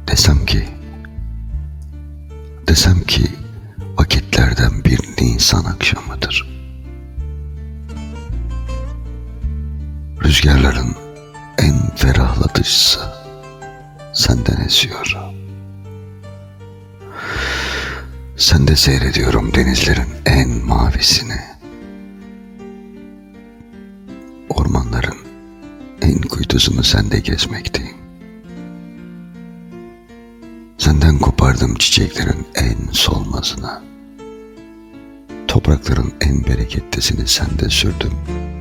Desem ki, desem ki vakitlerden bir Nisan akşamıdır. Rüzgarların en ferahlatıcısı senden esiyor. Sende seyrediyorum denizlerin en mavisini. Ormanların en kuytusunu sende gezmekteyim. Senden kopardım çiçeklerin en solmazını. Toprakların en bereketlisini sende sürdüm.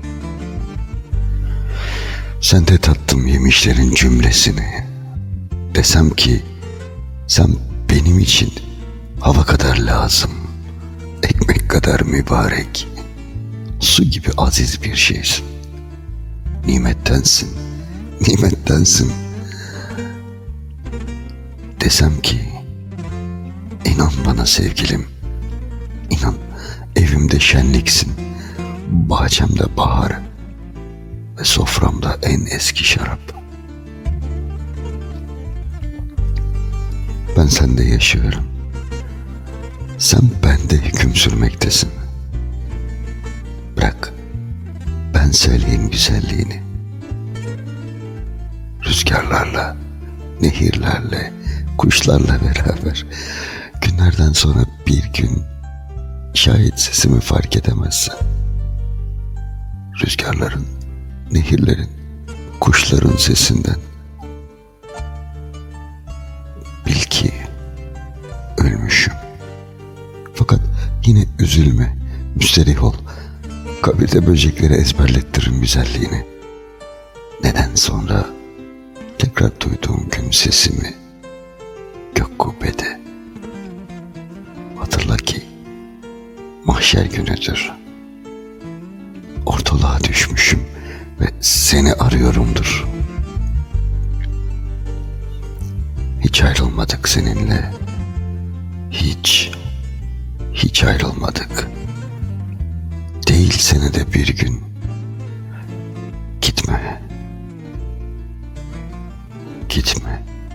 Sende tattım yemişlerin cümlesini. Desem ki sen benim için hava kadar lazım, ekmek kadar mübarek, su gibi aziz bir şeysin. Nimettensin, nimettensin. Desem ki, inan bana sevgilim, inan evimde şenliksin, bahçemde bahar ve soframda en eski şarap. Ben sende yaşıyorum, sen bende hüküm sürmektesin. Bırak, ben söyleyeyim güzelliğini. Rüzgarlarla, nehirlerle, kuşlarla beraber günlerden sonra bir gün şayet sesimi fark edemezsen, rüzgarların, nehirlerin, kuşların sesinden bil ki ölmüşüm. Fakat yine üzülme, müsterih ol. Kabirde böceklere ezberlettiririm güzelliğini. Neden sonra tekrar duyduğum gün sesimi gök kubbede. Hatırla ki mahşer günüdür. Ortalığa düşmüşüm ve seni arıyorumdur. Hiç ayrılmadık seninle. Hiç ayrılmadık. Değil senede bir gün. Gitme. Gitme.